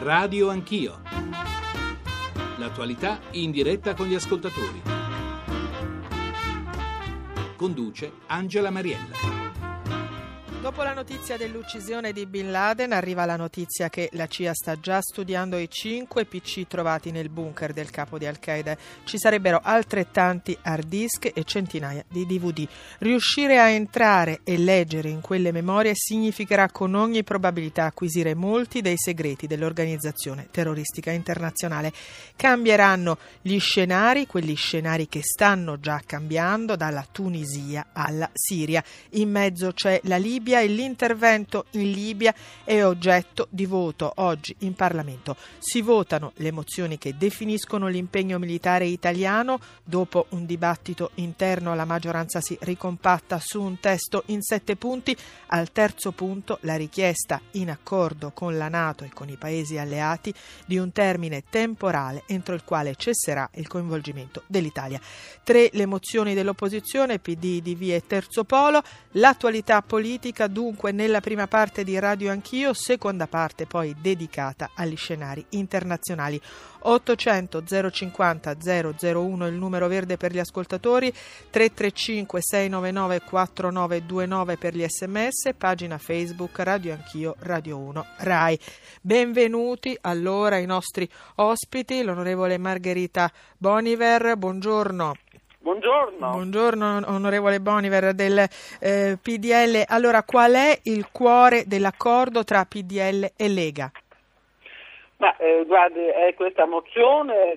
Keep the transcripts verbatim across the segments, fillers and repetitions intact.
Radio Anch'io. L'attualità in diretta con gli ascoltatori. Conduce Angela Mariella. Dopo la notizia dell'uccisione di Bin Laden arriva la notizia che la C I A sta già studiando i cinque P C trovati nel bunker del capo di Al-Qaeda. Ci sarebbero altrettanti hard disk e centinaia di D V D. Riuscire a entrare e leggere in quelle memorie significherà con ogni probabilità acquisire molti dei segreti dell'organizzazione terroristica internazionale. Cambieranno gli scenari, quelli scenari che stanno già cambiando dalla Tunisia alla Siria. In mezzo c'è la Libia e l'intervento in Libia è oggetto di voto oggi in Parlamento. Si votano le mozioni che definiscono l'impegno militare italiano. Dopo un dibattito interno la maggioranza si ricompatta su un testo in sette punti. Al terzo punto la richiesta in accordo con la NATO e con i paesi alleati di un termine temporale entro il quale cesserà il coinvolgimento dell'Italia. Tre le mozioni dell'opposizione, P D, D V e Terzo Polo. L'attualità politica dunque nella prima parte di Radio Anch'io, seconda parte poi dedicata agli scenari internazionali. ottocento zero cinquanta zero zero uno il numero verde per gli ascoltatori, tre tre cinque sei nove nove quattro nove due nove per gli sms, pagina Facebook Radio Anch'io Radio uno Rai. Benvenuti allora i nostri ospiti, l'onorevole Margherita Boniver, buongiorno. Buongiorno. Buongiorno onorevole Boniver del eh, P D L. Allora, qual è il cuore dell'accordo tra P D L e Lega? Ma eh, guardi, è questa mozione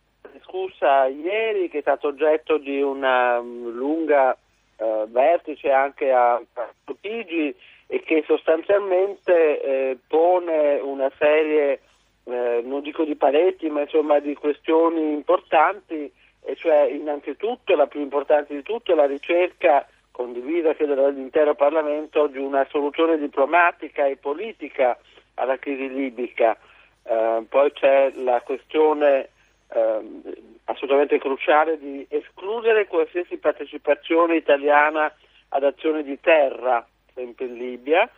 discussa ieri, che è stata oggetto di una um, lunga uh, vertice anche a Chigi, e che sostanzialmente eh, pone una serie, eh, non dico di paletti, ma insomma di questioni importanti. E cioè, innanzitutto, la più importante di tutto è la ricerca condivisa, credo, dall'intero Parlamento, di una soluzione diplomatica e politica alla crisi libica. Eh, poi c'è la questione eh, assolutamente cruciale di escludere qualsiasi partecipazione italiana ad azioni di terra, sempre in Libia.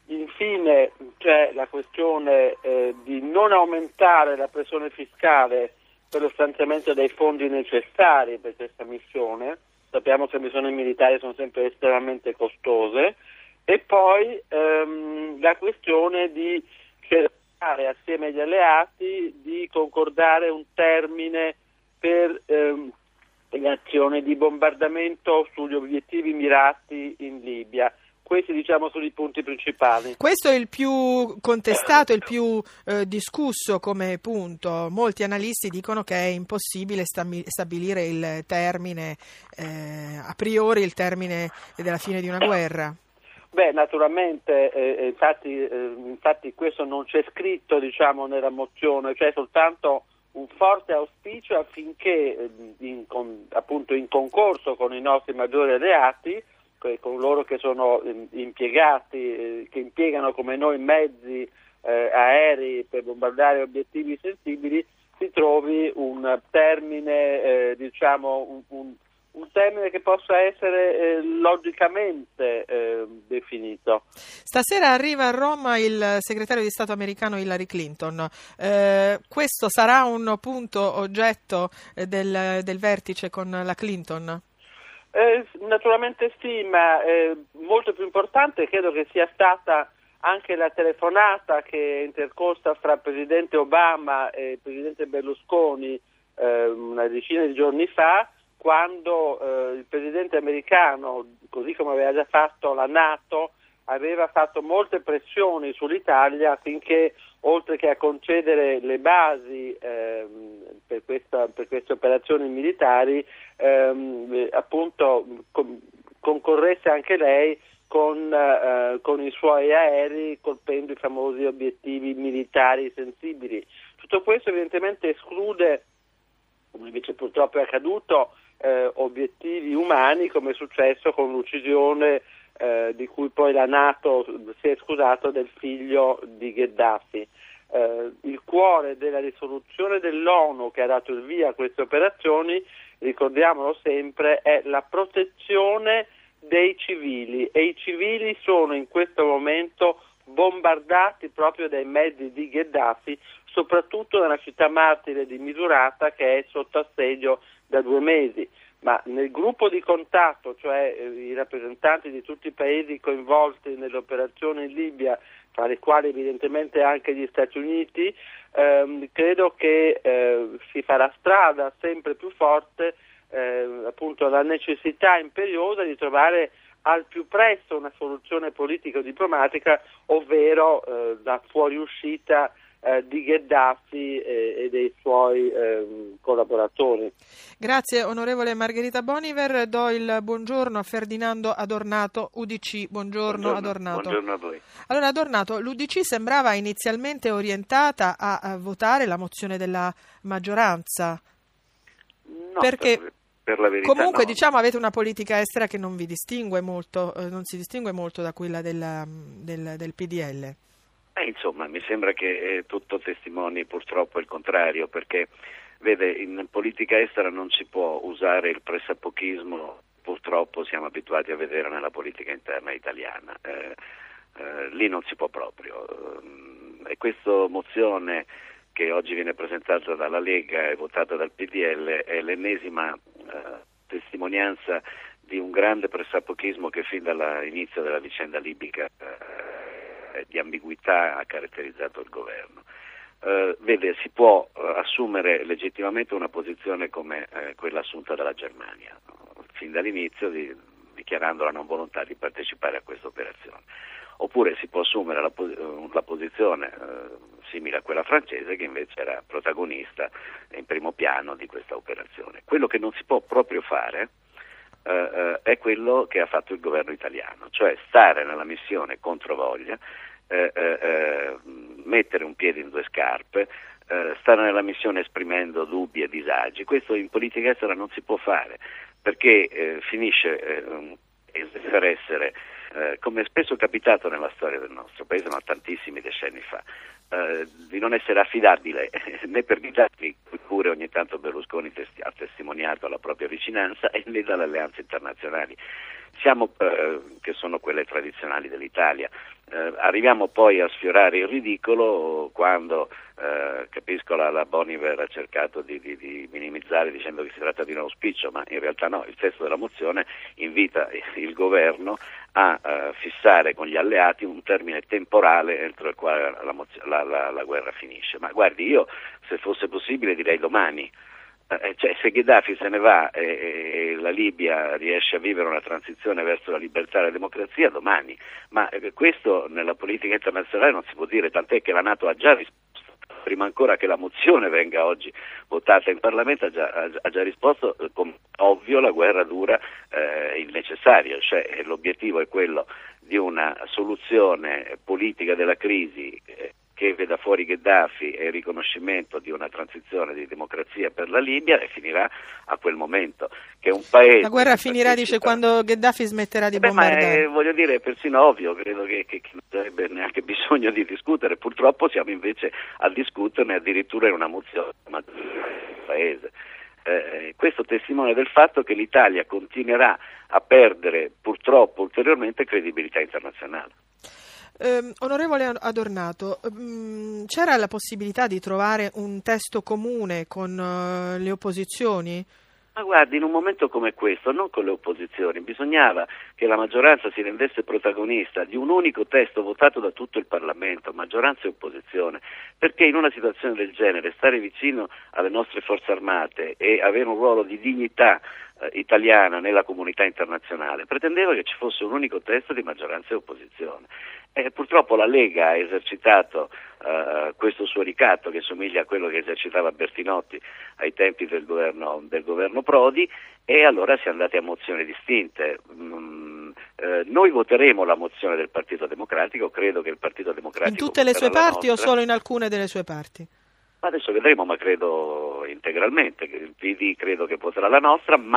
Infine c'è la questione eh, di non aumentare la pressione fiscale per lo stanziamento dei fondi necessari per questa missione. Sappiamo che le missioni militari sono sempre estremamente costose. E poi ehm, la questione di cercare assieme agli alleati di concordare un termine per ehm, le azioni di bombardamento sugli obiettivi mirati in Libia. Questi, diciamo, sono i punti principali. Questo è il più contestato, il più eh, discusso come punto. Molti analisti dicono che è impossibile stabilire il termine, eh, a priori il termine della fine di una guerra. Beh, naturalmente, eh, infatti, eh, infatti questo non c'è scritto, diciamo, nella mozione, c'è soltanto un forte auspicio affinché, in, con, appunto in concorso con i nostri maggiori alleati, con loro che sono impiegati, eh, che impiegano come noi mezzi eh, aerei per bombardare obiettivi sensibili, si trovi un termine, eh, diciamo, un, un, un termine che possa essere eh, logicamente eh, definito. Stasera arriva a Roma il segretario di Stato americano Hillary Clinton. Eh, questo sarà un punto oggetto del, del vertice con la Clinton? Eh, naturalmente sì, ma eh, molto più importante credo che sia stata anche la telefonata che è intercorsa fra il presidente Obama e il presidente Berlusconi eh, una decina di giorni fa, quando eh, il presidente americano, così come aveva già fatto la NATO, aveva fatto molte pressioni sull'Italia affinché, oltre che a concedere le basi ehm, per, questa, per queste operazioni militari, ehm, appunto com- concorresse anche lei con, eh, con i suoi aerei, colpendo i famosi obiettivi militari sensibili. Tutto questo evidentemente esclude, come invece purtroppo è accaduto, eh, obiettivi umani, come è successo con l'uccisione Eh, di cui poi la NATO si è scusato, del figlio di Gheddafi. Eh, il cuore della risoluzione dell'ONU che ha dato il via a queste operazioni, ricordiamolo sempre, è la protezione dei civili, e i civili sono in questo momento bombardati proprio dai mezzi di Gheddafi, soprattutto nella città martire di Misurata, che è sotto assedio da due mesi. Ma nel gruppo di contatto, cioè eh, i rappresentanti di tutti i paesi coinvolti nell'operazione in Libia, tra i quali evidentemente anche gli Stati Uniti, ehm, credo che eh, si farà strada sempre più forte eh, appunto la necessità imperiosa di trovare al più presto una soluzione politico-diplomatica, ovvero eh, la fuoriuscita eh, di Gheddafi e, e dei suoi eh, collaboratori. Grazie onorevole Margherita Boniver, do il buongiorno a Ferdinando Adornato, U D C. Buongiorno, buongiorno Adornato. Buongiorno a voi. Allora Adornato, l'U D C sembrava inizialmente orientata a, a votare la mozione della maggioranza. No, perché per, per la verità comunque no. diciamo avete una politica estera che non vi distingue molto, eh, non si distingue molto da quella della, del, del P D L. Eh, insomma, mi sembra che eh, tutto testimoni purtroppo il contrario, perché vede, in politica estera non si può usare il pressapochismo, purtroppo siamo abituati a vedere nella politica interna italiana. Eh, eh, lì non si può proprio. E questa mozione che oggi viene presentata dalla Lega e votata dal P D L è l'ennesima eh, testimonianza di un grande pressapochismo che fin dall'inizio della vicenda libica eh, di ambiguità ha caratterizzato il governo. Eh, vede, si può eh, assumere legittimamente una posizione come eh, quella assunta dalla Germania, no? Fin dall'inizio di, dichiarando la non volontà di partecipare a questa operazione. Oppure si può assumere la, la posizione eh, simile a quella francese, che invece era protagonista in primo piano di questa operazione. Quello che non si può proprio fare eh, eh, è quello che ha fatto il governo italiano, cioè stare nella missione controvoglia, eh, eh, eh, mettere un piede in due scarpe, eh, stare nella missione esprimendo dubbi e disagi. Questo in politica estera non si può fare, perché eh, finisce eh, per essere, eh, come spesso è capitato nella storia del nostro paese, ma tantissimi decenni fa, eh, di non essere affidabile né per Gheddafi, cui pure ogni tanto Berlusconi testi- ha testimoniato la propria vicinanza, e né dalle alleanze internazionali. Siamo, eh, che sono quelle tradizionali dell'Italia, eh, arriviamo poi a sfiorare il ridicolo quando, eh, capisco la, la Boniver ha cercato di, di, di minimizzare dicendo che si tratta di un auspicio, ma in realtà no, il testo della mozione invita il governo a uh, fissare con gli alleati un termine temporale entro il quale la, mozio- la, la, la guerra finisce. Ma guardi, io se fosse possibile direi domani. Eh, cioè, se Gheddafi se ne va e, e la Libia riesce a vivere una transizione verso la libertà e la democrazia, domani. Ma eh, questo nella politica internazionale non si può dire, tant'è che la NATO ha già risposto. Prima ancora che la mozione venga oggi votata in Parlamento, ha già, ha già risposto, eh, come ovvio la guerra dura eh, il necessario, cioè l'obiettivo è quello di una soluzione politica della crisi eh, che veda fuori Gheddafi e il riconoscimento di una transizione di democrazia per la Libia, e finirà a quel momento, che un paese... La guerra finirà, dice, quando Gheddafi smetterà di eh beh, bombardare. Ma è, voglio dire, è persino ovvio, credo che, che, che non sarebbe neanche bisogno di discutere. Purtroppo siamo invece a discuterne addirittura in una mozione del paese. Eh, questo testimonia del fatto che l'Italia continuerà a perdere purtroppo ulteriormente credibilità internazionale. Eh, onorevole Adornato, mh, c'era la possibilità di trovare un testo comune con uh, le opposizioni? Ma guardi, in un momento come questo, non con le opposizioni, bisognava che la maggioranza si rendesse protagonista di un unico testo votato da tutto il Parlamento, maggioranza e opposizione, perché in una situazione del genere stare vicino alle nostre forze armate e avere un ruolo di dignità eh, italiana nella comunità internazionale pretendeva che ci fosse un unico testo di maggioranza e opposizione. E purtroppo la Lega ha esercitato uh, questo suo ricatto, che somiglia a quello che esercitava Bertinotti ai tempi del governo, del governo Prodi, e allora si è andati a mozioni distinte. Mm, eh, noi voteremo la mozione del Partito Democratico, credo che il Partito Democratico... In tutte le sue parti nostra. o solo in alcune delle sue parti? Adesso vedremo, ma credo integralmente. Il P D credo che voterà la nostra, ma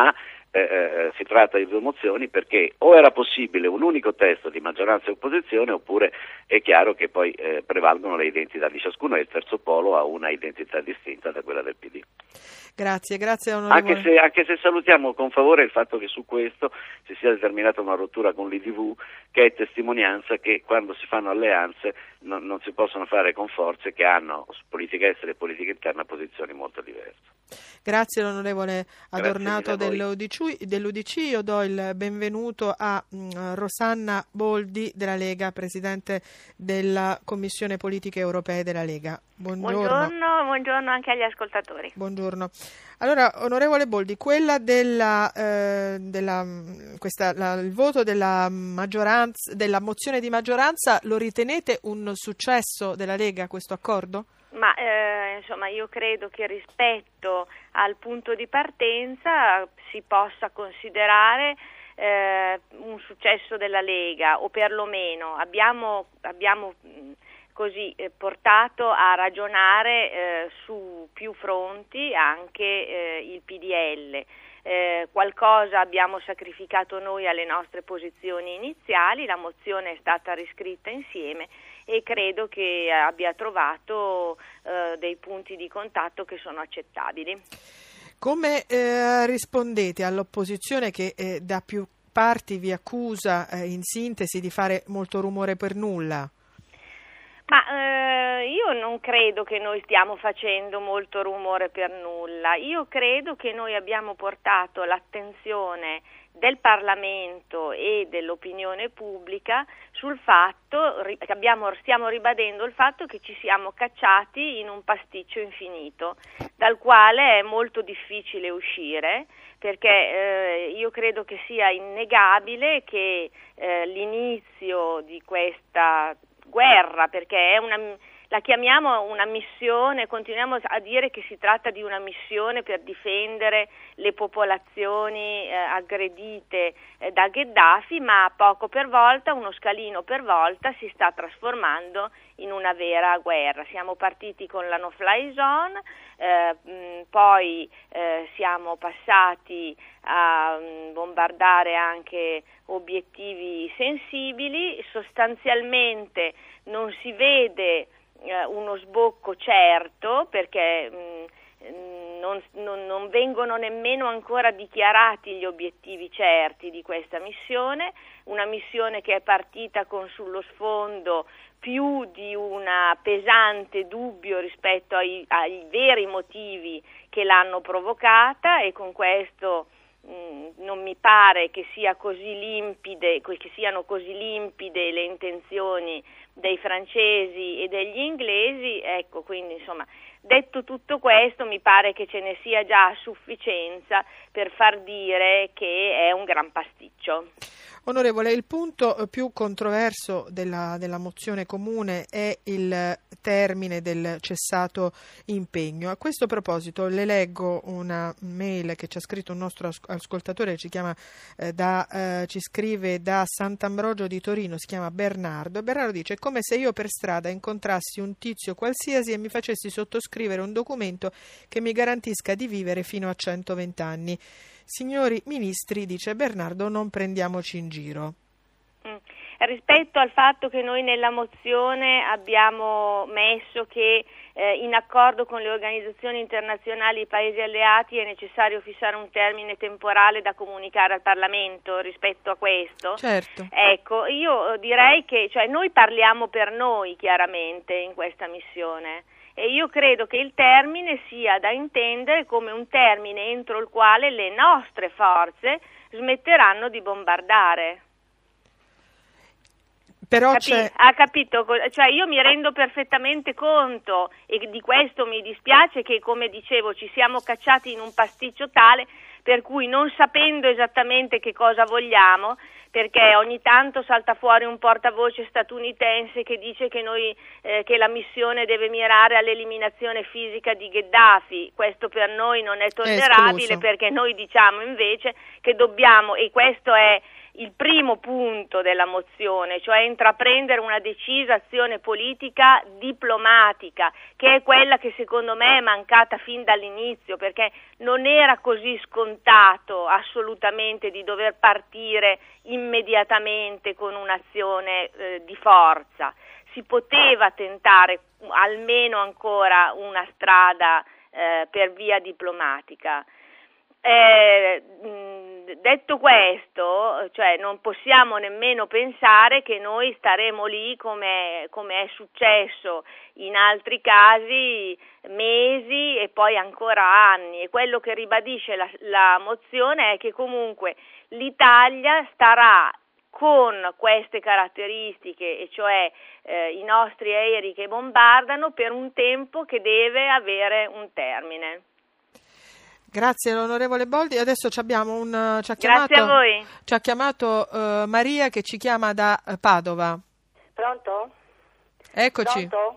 eh, eh, si tratta di due mozioni, perché o era possibile un unico testo di maggioranza e opposizione, oppure è chiaro che poi eh, prevalgono le identità di ciascuno e il terzo polo ha una identità distinta da quella del P D. Grazie, grazie onorevole. Anche se, anche se salutiamo con favore il fatto che su questo si sia determinata una rottura con l'I D V, che è testimonianza che quando si fanno alleanze non, non si possono fare con forze che hanno su politica estera e politica interna posizioni molto diverse. Grazie l'onorevole Adornato dell'U dell'U D C. Io do il benvenuto a mh, Rosanna Boldi della Lega, Presidente della Commissione Politiche Europee della Lega. Buongiorno. Buongiorno, buongiorno anche agli ascoltatori. Buongiorno. Allora, onorevole Boldi, quella della, eh, della questa, la, il voto della maggioranza, della mozione di maggioranza, lo ritenete un successo della Lega, questo accordo? Ma eh, insomma io credo che rispetto al punto di partenza si possa considerare eh, un successo della Lega, o perlomeno abbiamo, abbiamo così eh, portato a ragionare eh, su più fronti anche eh, il P D L. Eh, qualcosa abbiamo sacrificato noi alle nostre posizioni iniziali, la mozione è stata riscritta insieme e credo che abbia trovato eh, dei punti di contatto che sono accettabili. Come eh, rispondete all'opposizione che eh, da più parti vi accusa eh, in sintesi di fare molto rumore per nulla? Ma eh, io non credo che noi stiamo facendo molto rumore per nulla. Io credo che noi abbiamo portato l'attenzione del Parlamento e dell'opinione pubblica sul fatto che abbiamo, stiamo ribadendo il fatto che ci siamo cacciati in un pasticcio infinito dal quale è molto difficile uscire, perché eh, io credo che sia innegabile che eh, l'inizio di questa guerra, perché è una, la chiamiamo una missione, continuiamo a dire che si tratta di una missione per difendere le popolazioni eh, aggredite eh, da Gheddafi, ma poco per volta, uno scalino per volta, si sta trasformando in una vera guerra. Siamo partiti con la no-fly zone, eh, mh, poi eh, siamo passati a mh, bombardare anche obiettivi sensibili, sostanzialmente non si vede eh, uno sbocco certo, perché mh, non, non, non vengono nemmeno ancora dichiarati gli obiettivi certi di questa missione, una missione che è partita con sullo sfondo più di un pesante dubbio rispetto ai, ai veri motivi che l'hanno provocata, e con questo mh, non mi pare che sia così limpide, che siano così limpide le intenzioni dei francesi e degli inglesi. Ecco, quindi insomma, detto tutto questo, mi pare che ce ne sia già a sufficienza per far dire che è un gran pasticcio. Onorevole, il punto più controverso della, della mozione comune è il termine del cessato impegno. A questo proposito le leggo una mail che ci ha scritto un nostro ascoltatore che ci chiama eh, da eh, ci scrive da Sant'Ambrogio di Torino, si chiama Bernardo, e Bernardo dice: è come se io per strada incontrassi un tizio qualsiasi e mi facessi sottoscrivere un documento che mi garantisca di vivere fino a centoventi anni. Signori ministri, dice Bernardo, non prendiamoci in giro. Mm. Rispetto al fatto che noi nella mozione abbiamo messo che eh, in accordo con le organizzazioni internazionali e i paesi alleati è necessario fissare un termine temporale da comunicare al Parlamento rispetto a questo. Certo. Ecco, io direi che cioè, noi parliamo per noi chiaramente in questa missione. E io credo che il termine sia da intendere come un termine entro il quale le nostre forze smetteranno di bombardare. Però Capi- c'è... Ha capito? Cioè io mi rendo perfettamente conto, e di questo mi dispiace, che come dicevo ci siamo cacciati in un pasticcio tale per cui, non sapendo esattamente che cosa vogliamo, perché ogni tanto salta fuori un portavoce statunitense che dice che noi eh, che la missione deve mirare all'eliminazione fisica di Gheddafi. Questo per noi non è tollerabile, è perché noi diciamo invece che dobbiamo, e questo è il primo punto della mozione, cioè intraprendere una decisa azione politica diplomatica, che è quella che secondo me è mancata fin dall'inizio, perché non era così scontato assolutamente di dover partire immediatamente con un'azione eh, di forza. Si poteva tentare almeno ancora una strada eh, per via diplomatica. Eh, mh, detto questo, cioè non possiamo nemmeno pensare che noi staremo lì come, come è successo in altri casi mesi e poi ancora anni, e quello che ribadisce la, la mozione è che comunque l'Italia starà con queste caratteristiche, e cioè eh, i nostri aerei che bombardano, per un tempo che deve avere un termine. Grazie onorevole Boldi. Adesso ci abbiamo un ci ha chiamato, Grazie a voi. Ci ha chiamato uh, Maria, che ci chiama da uh, Padova. Pronto? Eccoci. Pronto?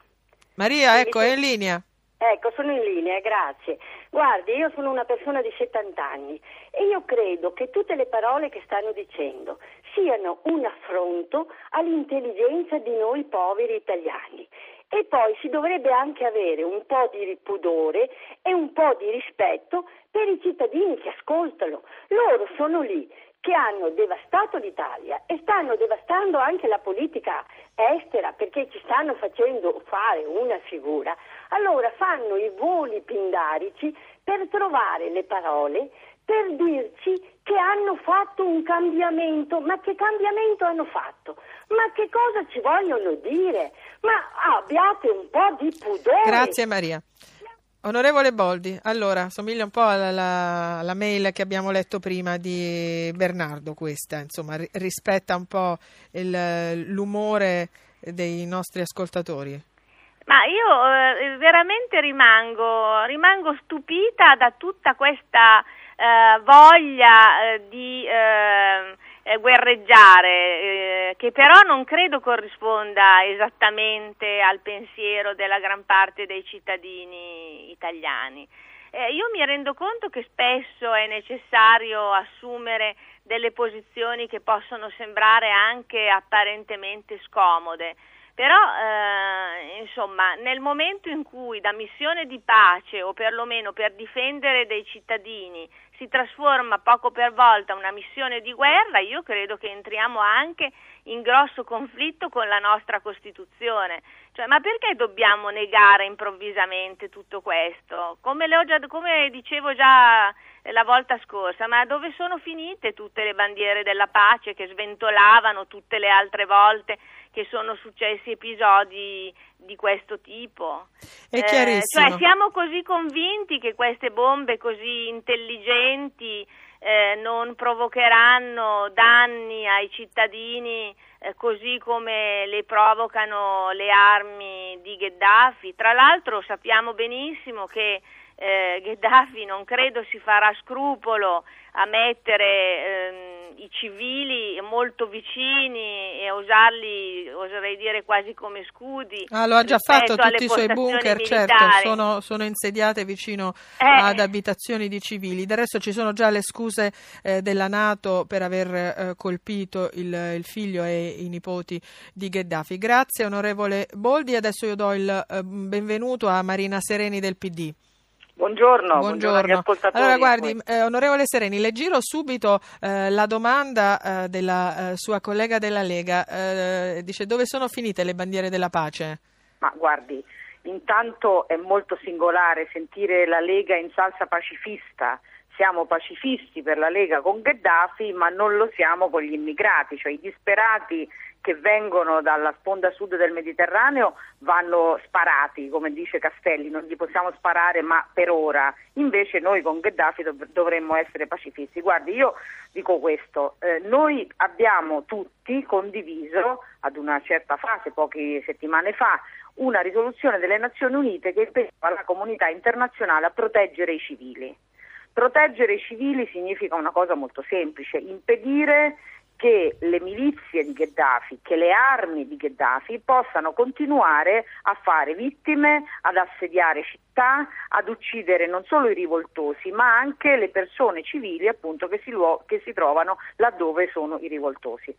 Maria, Sì, ecco, sì. è in linea. Ecco, sono in linea, grazie. Guardi, io sono una persona di settanta anni e io credo che tutte le parole che stanno dicendo siano un affronto all'intelligenza di noi poveri italiani. E poi si dovrebbe anche avere un po' di pudore e un po' di rispetto per i cittadini che ascoltano. Loro sono lì, che hanno devastato l'Italia e stanno devastando anche la politica estera, perché ci stanno facendo fare una figura. Allora fanno i voli pindarici per trovare le parole, per dirci che hanno fatto un cambiamento. Ma che cambiamento hanno fatto? Ma che cosa ci vogliono dire? Ma abbiate un po' di pudore. Grazie Maria. Onorevole Boldi, allora, somiglia un po' alla, alla, alla mail che abbiamo letto prima di Bernardo, questa, insomma, ri, rispetta un po' il, l'umore dei nostri ascoltatori. Ma io eh, veramente rimango, rimango stupita da tutta questa eh, voglia eh, di eh, eh, guerreggiare, eh, che però non credo corrisponda esattamente al pensiero della gran parte dei cittadini italiani. Eh, io mi rendo conto che spesso è necessario assumere delle posizioni che possono sembrare anche apparentemente scomode. Però, eh, insomma, nel momento in cui da missione di pace, o perlomeno per difendere dei cittadini, si trasforma poco per volta una missione di guerra, io credo che entriamo anche in grosso conflitto con la nostra Costituzione. Cioè, ma perché dobbiamo negare improvvisamente tutto questo? Come, le ho già, come dicevo già la volta scorsa, ma dove sono finite tutte le bandiere della pace che sventolavano tutte le altre volte che sono successi episodi di questo tipo? È chiarissimo. Eh, cioè, siamo così convinti che queste bombe così intelligenti eh, non provocheranno danni ai cittadini eh, così come le provocano le armi di Gheddafi. Tra l'altro sappiamo benissimo che Eh, Gheddafi non credo si farà scrupolo a mettere ehm, i civili molto vicini e a usarli, oserei dire, quasi come scudi. Ah, lo ha già fatto, tutti i suoi postazioni bunker, militari. certo, sono, sono insediate vicino eh. ad abitazioni di civili. Del resto ci sono già le scuse eh, della NATO per aver eh, colpito il, il figlio e i nipoti di Gheddafi. Grazie onorevole Boldi. Adesso io do il eh, benvenuto a Marina Sereni del P D. Buongiorno, buongiorno, buongiorno agli ascoltatori. Allora guardi, eh, onorevole Sereni, le giro subito eh, la domanda eh, della eh, sua collega della Lega, eh, dice: dove sono finite le bandiere della pace? Ma guardi, intanto è molto singolare sentire la Lega in salsa pacifista. Siamo pacifisti per la Lega con Gheddafi, ma non lo siamo con gli immigrati, cioè i disperati che vengono dalla sponda sud del Mediterraneo vanno sparati, come dice Castelli, non gli possiamo sparare ma per ora. Invece noi con Gheddafi dov- dovremmo essere pacifisti. Guardi, io dico questo, eh, noi abbiamo tutti condiviso ad una certa fase, poche settimane fa, una risoluzione delle Nazioni Unite che impegna la comunità internazionale a proteggere i civili. Proteggere i civili significa una cosa molto semplice: impedire che le milizie di Gheddafi, che le armi di Gheddafi possano continuare a fare vittime, ad assediare città, ad uccidere non solo i rivoltosi, ma anche le persone civili appunto che si, luo- che si trovano laddove sono i rivoltosi.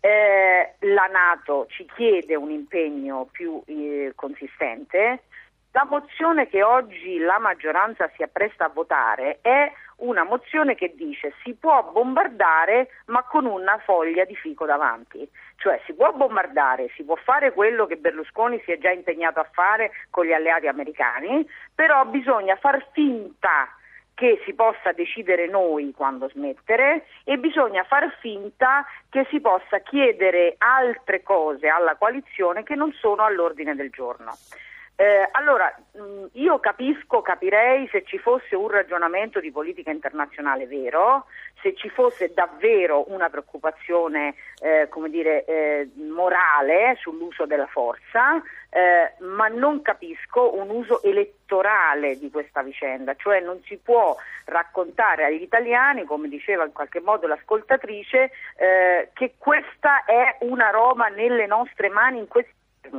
Eh, la NATO ci chiede un impegno più eh, consistente. La mozione che oggi la maggioranza si appresta a votare è una mozione che dice si può bombardare ma con una foglia di fico davanti, cioè si può bombardare, si può fare quello che Berlusconi si è già impegnato a fare con gli alleati americani, però bisogna far finta che si possa decidere noi quando smettere e bisogna far finta che si possa chiedere altre cose alla coalizione che non sono all'ordine del giorno. Eh, allora, mh, io capisco, capirei se ci fosse un ragionamento di politica internazionale vero, se ci fosse davvero una preoccupazione, eh, come dire, eh, morale sull'uso della forza, eh, ma non capisco un uso elettorale di questa vicenda, cioè non si può raccontare agli italiani, come diceva in qualche modo l'ascoltatrice, eh, che questa è una roba nelle nostre mani in questo.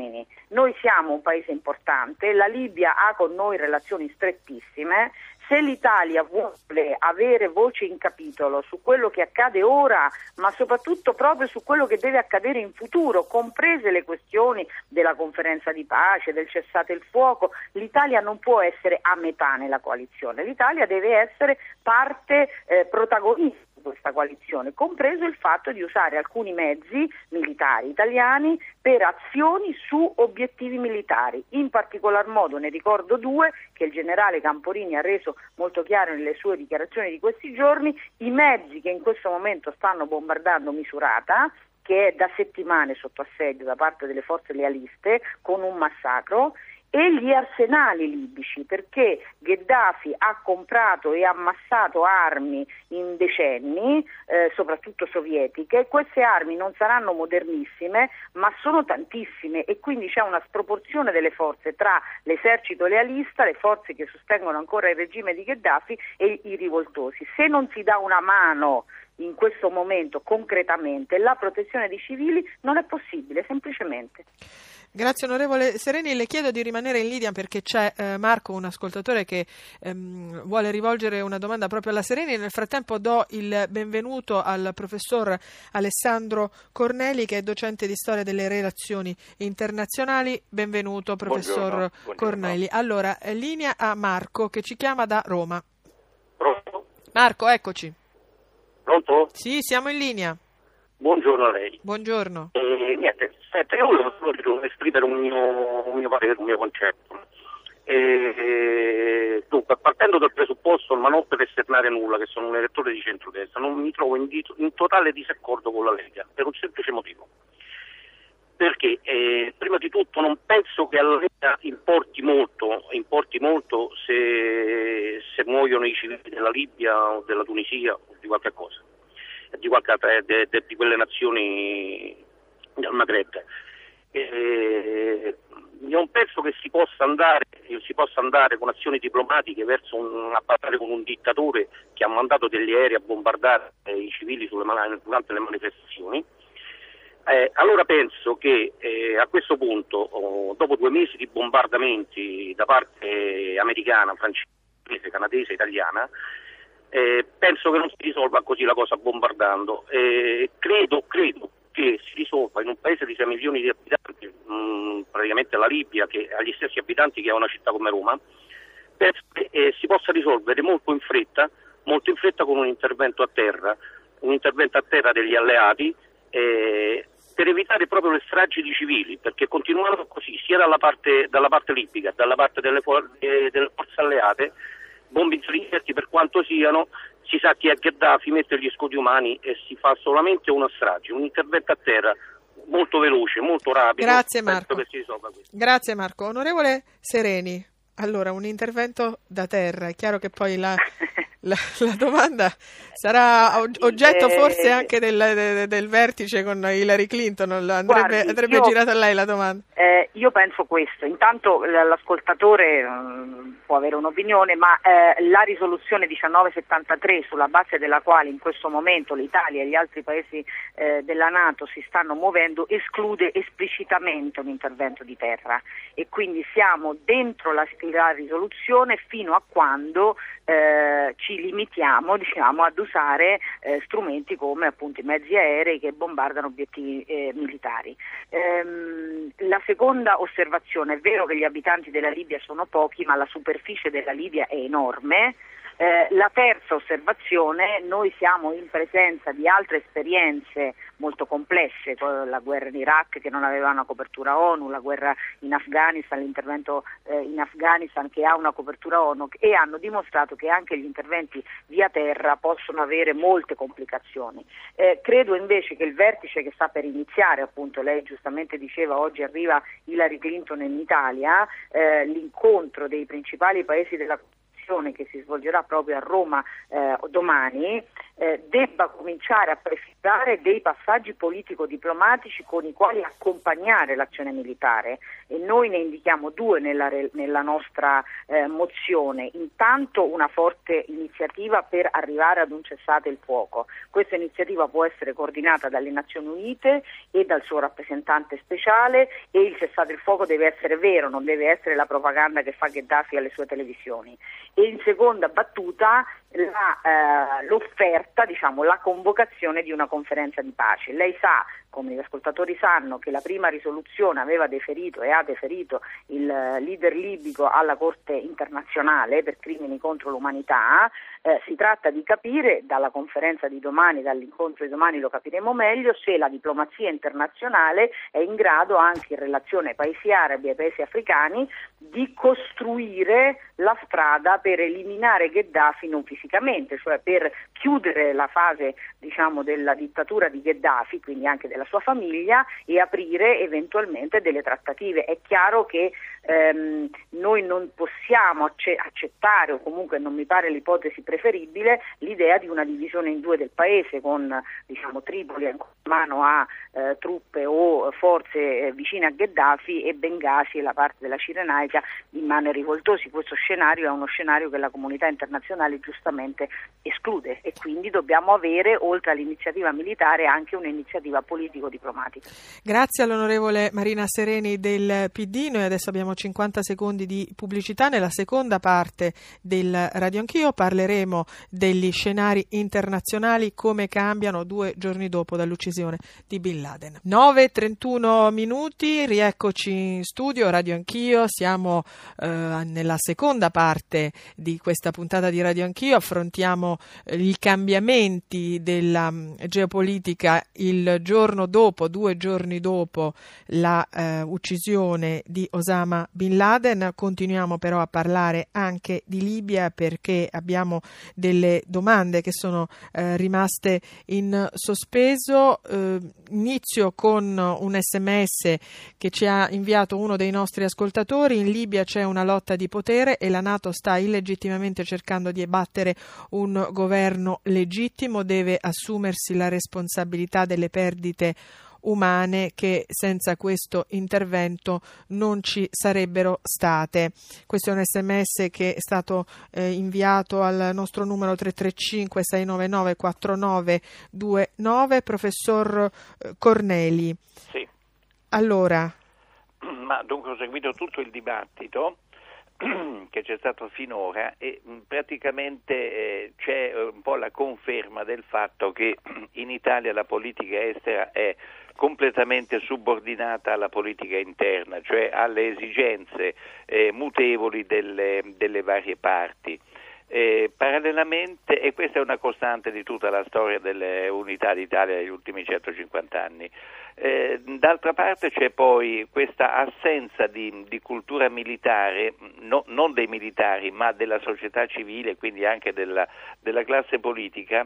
Noi siamo un paese importante, la Libia ha con noi relazioni strettissime. Se l'Italia vuole avere voce in capitolo su quello che accade ora, ma soprattutto proprio su quello che deve accadere in futuro, comprese le questioni della conferenza di pace, del cessate il fuoco, l'Italia non può essere a metà nella coalizione, l'Italia deve essere parte eh, protagonista di questa coalizione, compreso il fatto di usare alcuni mezzi militari italiani per azioni su obiettivi militari. In particolar modo ne ricordo due che il generale Camporini ha reso molto chiaro nelle sue dichiarazioni di questi giorni: i mezzi che in questo momento stanno bombardando Misurata, che è da settimane sotto assedio da parte delle forze lealiste con un massacro, e gli arsenali libici, perché Gheddafi ha comprato e ammassato armi in decenni, eh, soprattutto sovietiche. Queste armi non saranno modernissime, ma sono tantissime e quindi c'è una sproporzione delle forze tra l'esercito lealista, le forze che sostengono ancora il regime di Gheddafi e i rivoltosi. Se non si dà una mano in questo momento concretamente, la protezione dei civili non è possibile, semplicemente. Grazie onorevole Sereni, le chiedo di rimanere in linea perché c'è eh, Marco, un ascoltatore che ehm, vuole rivolgere una domanda proprio alla Sereni. Nel frattempo do il benvenuto al professor Alessandro Corneli, che è docente di storia delle relazioni internazionali. Benvenuto professor Buongiorno. Buongiorno. Corneli. Allora, linea a Marco che ci chiama da Roma. Pronto? Marco, eccoci. Pronto? Sì, siamo in linea. Buongiorno a lei. Buongiorno. Eh, niente, senta, io volevo solo esprimere un mio, un mio parere, un mio concetto. Eh, dunque, partendo dal presupposto, ma non per esternare nulla, che sono un elettore di centrodestra, non mi trovo in, di, in totale disaccordo con la Lega, per un semplice motivo. Perché eh, prima di tutto non penso che alla Lega importi molto, importi molto se, se muoiono i civili della Libia o della Tunisia o di qualche cosa, di, qualche, de, de, di quelle nazioni del Maghreb. Eh, non penso che si possa andare, si possa andare con azioni diplomatiche verso un, a parlare con un dittatore che ha mandato degli aerei a bombardare eh, i civili sulle, durante le manifestazioni. Eh, allora penso che eh, a questo punto, oh, dopo due mesi di bombardamenti da parte americana, francese, canadese, italiana, eh, penso che non si risolva così la cosa bombardando. Eh, credo, credo che si risolva in un paese di sei milioni di abitanti, mh, praticamente la Libia, che ha gli stessi abitanti che ha una città come Roma, penso che eh, si possa risolvere molto in fretta, molto in fretta con un intervento a terra, un intervento a terra degli alleati, eh, per evitare proprio le stragi di civili, perché continuando così sia dalla parte, dalla parte libica, dalla parte delle, eh, delle forze alleate, bombe intelligenti per quanto siano, si sa chi è Gheddafi, mette gli scudi umani e si fa solamente una strage, un intervento a terra molto veloce, molto rapido. Grazie Marco. Che si risolva questo. Grazie Marco. Onorevole Sereni, allora un intervento da terra, è chiaro che poi la... La, la domanda sarà oggetto eh, forse anche del, del, del vertice con Hillary Clinton, andrebbe, guardi, andrebbe io, girata a lei la domanda. Eh, io penso questo, intanto l'ascoltatore mh, può avere un'opinione, ma eh, la risoluzione diciannove settantatré, sulla base della quale in questo momento l'Italia e gli altri paesi eh, della NATO si stanno muovendo, esclude esplicitamente un intervento di terra, e quindi siamo dentro la, la risoluzione fino a quando eh, ci limitiamo, diciamo, ad usare eh, strumenti come appunto i mezzi aerei che bombardano obiettivi eh, militari. Ehm, la seconda osservazione: è vero che gli abitanti della Libia sono pochi, ma la superficie della Libia è enorme. Eh, la terza osservazione: noi siamo in presenza di altre esperienze molto complesse, la guerra in Iraq che non aveva una copertura ONU, la guerra in Afghanistan, l'intervento eh, in Afghanistan che ha una copertura ONU, e hanno dimostrato che anche gli interventi via terra possono avere molte complicazioni. Eh, credo invece che il vertice che sta per iniziare, appunto lei giustamente diceva oggi arriva Hillary Clinton in Italia, eh, l'incontro dei principali paesi della che si svolgerà proprio a Roma eh, domani, eh, debba cominciare a prefigurare dei passaggi politico-diplomatici con i quali accompagnare l'azione militare, e noi ne indichiamo due nella, nella nostra eh, mozione. Intanto una forte iniziativa per arrivare ad un cessate il fuoco. Questa iniziativa può essere coordinata dalle Nazioni Unite e dal suo rappresentante speciale, e il cessate il fuoco deve essere vero, non deve essere la propaganda che fa Gheddafi alle sue televisioni. E in seconda battuta la, eh, l'offerta, diciamo, la convocazione di una conferenza di pace. Lei sa, come gli ascoltatori sanno, che la prima risoluzione aveva deferito e ha deferito il leader libico alla Corte internazionale per crimini contro l'umanità. Eh, si tratta di capire dalla conferenza di domani, dall'incontro di domani lo capiremo meglio, se la diplomazia internazionale è in grado, anche in relazione ai paesi arabi e ai paesi africani, di costruire la strada per eliminare Gheddafi non fisicamente, cioè per chiudere la fase, diciamo, della dittatura di Gheddafi, quindi anche della sua famiglia, e aprire eventualmente delle trattative. È chiaro che ehm, noi non possiamo acce- accettare, o comunque non mi pare l'ipotesi preferibile, l'idea di una divisione in due del paese, con, diciamo, Tripoli in mano a eh, truppe o forze eh, vicine a Gheddafi e Bengasi e la parte della Cirenaica in mano ai rivoltosi. Questo scenario è uno scenario che la comunità internazionale giustamente esclude, e quindi dobbiamo avere, oltre all'iniziativa militare, anche un'iniziativa politico-diplomatica. Grazie all'onorevole Marina Sereni del P D. Noi adesso abbiamo cinquanta secondi di pubblicità. Nella seconda parte del Radio Anch'io parleremo degli scenari internazionali, come cambiano due giorni dopo dall'uccisione di Bin Laden. nove e trentuno minuti, rieccoci in studio, Radio Anch'io. Siamo eh, nella seconda parte di questa puntata di Radio Anch'io. Affrontiamo eh, i cambiamenti della um, geopolitica il giorno dopo, due giorni dopo la eh, uccisione di Osama Bin Laden. Continuiamo però a parlare anche di Libia, perché abbiamo delle domande che sono eh, rimaste in sospeso. Eh, inizio con un sms che ci ha inviato uno dei nostri ascoltatori. In Libia c'è una lotta di potere e la NATO sta illegittimamente cercando di abbattere un governo legittimo, deve assumersi la responsabilità delle perdite umane che senza questo intervento non ci sarebbero state. Questo è un sms che è stato eh, inviato al nostro numero tre tre cinque sei nove nove quattro nove due nove. Professor eh, Corneli. Sì. Allora. Ma dunque ho seguito tutto il dibattito che c'è stato finora, e praticamente eh, c'è un po' la conferma del fatto che in Italia la politica estera è completamente subordinata alla politica interna, cioè alle esigenze eh, mutevoli delle, delle varie parti. Eh, parallelamente, e questa è una costante di tutta la storia delle unità d'Italia negli ultimi centocinquanta anni, Eh, d'altra parte c'è poi questa assenza di, di cultura militare, no, non dei militari ma della società civile, quindi anche della, della classe politica,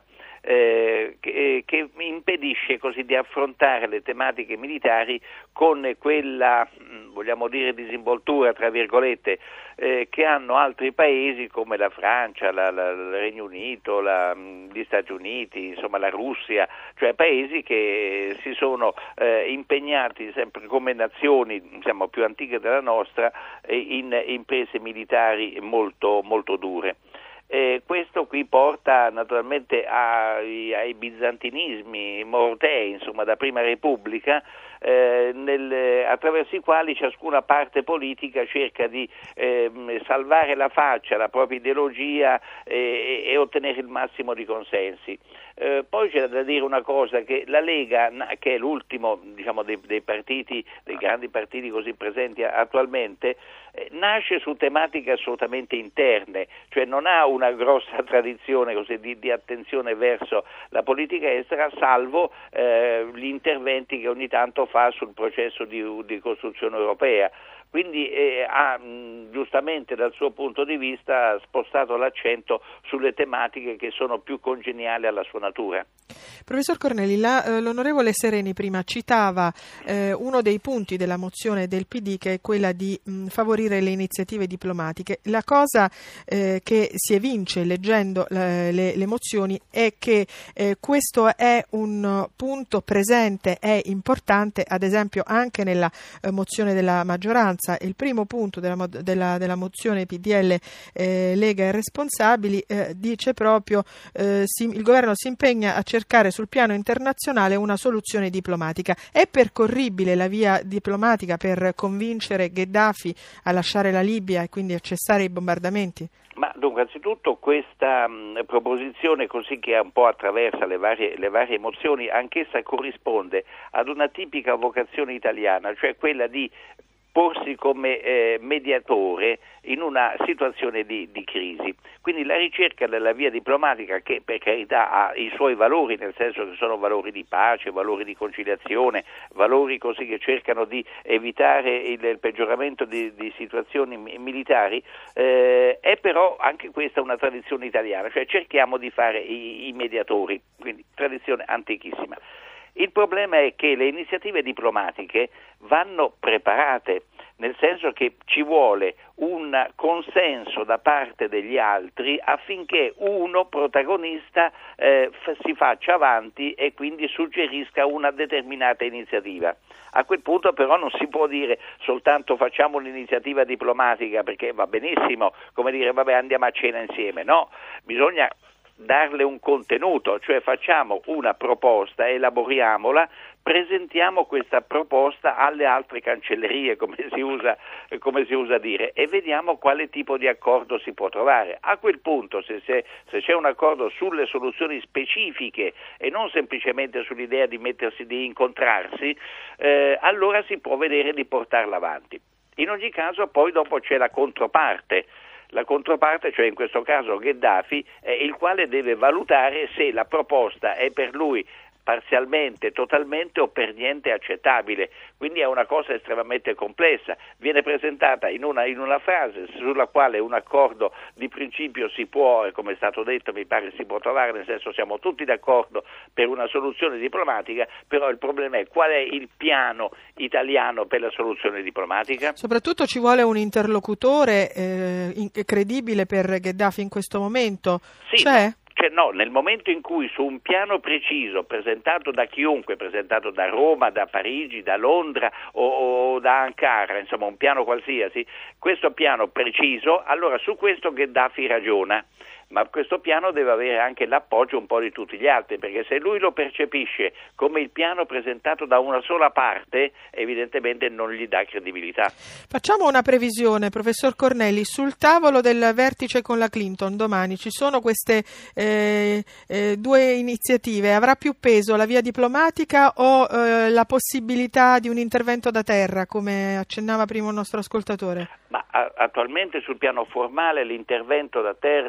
eh, che, che impedisce così di affrontare le tematiche militari con quella, vogliamo dire, disinvoltura tra virgolette eh, che hanno altri paesi come la Francia, la, la, il Regno Unito, la, gli Stati Uniti, insomma la Russia, cioè paesi che si sono eh, impegnati sempre come nazioni, diciamo, più antiche della nostra, eh, in imprese militari molto, molto dure. Eh, questo qui porta naturalmente ai, ai bizantinismi mortei, insomma, da Prima Repubblica, eh, nel, attraverso i quali ciascuna parte politica cerca di eh, salvare la faccia, la propria ideologia eh, e ottenere il massimo di consensi. Eh, poi c'è da dire una cosa, che la Lega, che è l'ultimo, diciamo, dei, dei partiti, dei grandi partiti così presenti attualmente, eh, nasce su tematiche assolutamente interne, cioè non ha una grossa tradizione così di, di attenzione verso la politica estera, salvo eh, gli interventi che ogni tanto fa sul processo di, di costruzione europea. Quindi eh, ha mh, giustamente dal suo punto di vista spostato l'accento sulle tematiche che sono più congeniali alla sua natura. Professor Cornelli, la, eh, l'onorevole Sereni prima citava eh, uno dei punti della mozione del P D, che è quella di mh, favorire le iniziative diplomatiche. La cosa eh, che si evince leggendo eh, le, le mozioni è che eh, questo è un punto presente, è importante, ad esempio anche nella eh, mozione della maggioranza. Il primo punto della, della, della mozione P D L eh, Lega e Responsabili eh, dice proprio eh, si, il governo si impegna a cercare sul piano internazionale una soluzione diplomatica. È percorribile la via diplomatica per convincere Gheddafi a lasciare la Libia e quindi a cessare i bombardamenti? Ma dunque, anzitutto questa mh, proposizione, così che un po' attraversa le varie, le varie emozioni, anch'essa corrisponde ad una tipica vocazione italiana, cioè quella di porsi come eh, mediatore in una situazione di, di crisi. Quindi la ricerca della via diplomatica, che per carità ha i suoi valori, nel senso che sono valori di pace, valori di conciliazione, valori così che cercano di evitare il, il peggioramento di, di situazioni militari, eh, è però anche questa una tradizione italiana, cioè cerchiamo di fare i, i mediatori, quindi tradizione antichissima. Il problema è che le iniziative diplomatiche vanno preparate, nel senso che ci vuole un consenso da parte degli altri affinché uno protagonista eh, f- si faccia avanti e quindi suggerisca una determinata iniziativa. A quel punto però non si può dire soltanto facciamo un'iniziativa diplomatica, perché va benissimo come dire vabbè andiamo a cena insieme, no, bisogna darle un contenuto, cioè facciamo una proposta, elaboriamola, presentiamo questa proposta alle altre cancellerie, come si usa, come si usa dire, e vediamo quale tipo di accordo si può trovare. A quel punto, se, se, se c'è un accordo sulle soluzioni specifiche e non semplicemente sull'idea di mettersi, di incontrarsi, eh, allora si può vedere di portarla avanti. In ogni caso poi dopo c'è la controparte. La controparte, cioè in questo caso Gheddafi, è il quale deve valutare se la proposta è per lui parzialmente, totalmente o per niente accettabile. Quindi è una cosa estremamente complessa. Viene presentata in una, in una frase sulla quale un accordo di principio si può, e come è stato detto mi pare si può trovare, nel senso siamo tutti d'accordo per una soluzione diplomatica, però il problema è qual è il piano italiano per la soluzione diplomatica? Soprattutto ci vuole un interlocutore eh, in- credibile per Gheddafi in questo momento. Sì, C'è? No. Cioè no, nel momento in cui su un piano preciso, presentato da chiunque, presentato da Roma, da Parigi, da Londra o, o da Ankara, insomma un piano qualsiasi, questo piano preciso, allora su questo Gheddafi ragiona. Ma questo piano deve avere anche l'appoggio un po' di tutti gli altri, perché se lui lo percepisce come il piano presentato da una sola parte, evidentemente non gli dà credibilità. Facciamo una previsione, professor Cornelli, sul tavolo del vertice con la Clinton domani ci sono queste eh, eh, due iniziative. Avrà più peso la via diplomatica o eh, la possibilità di un intervento da terra, come accennava prima il nostro ascoltatore? Ma a, attualmente sul piano formale l'intervento da terra è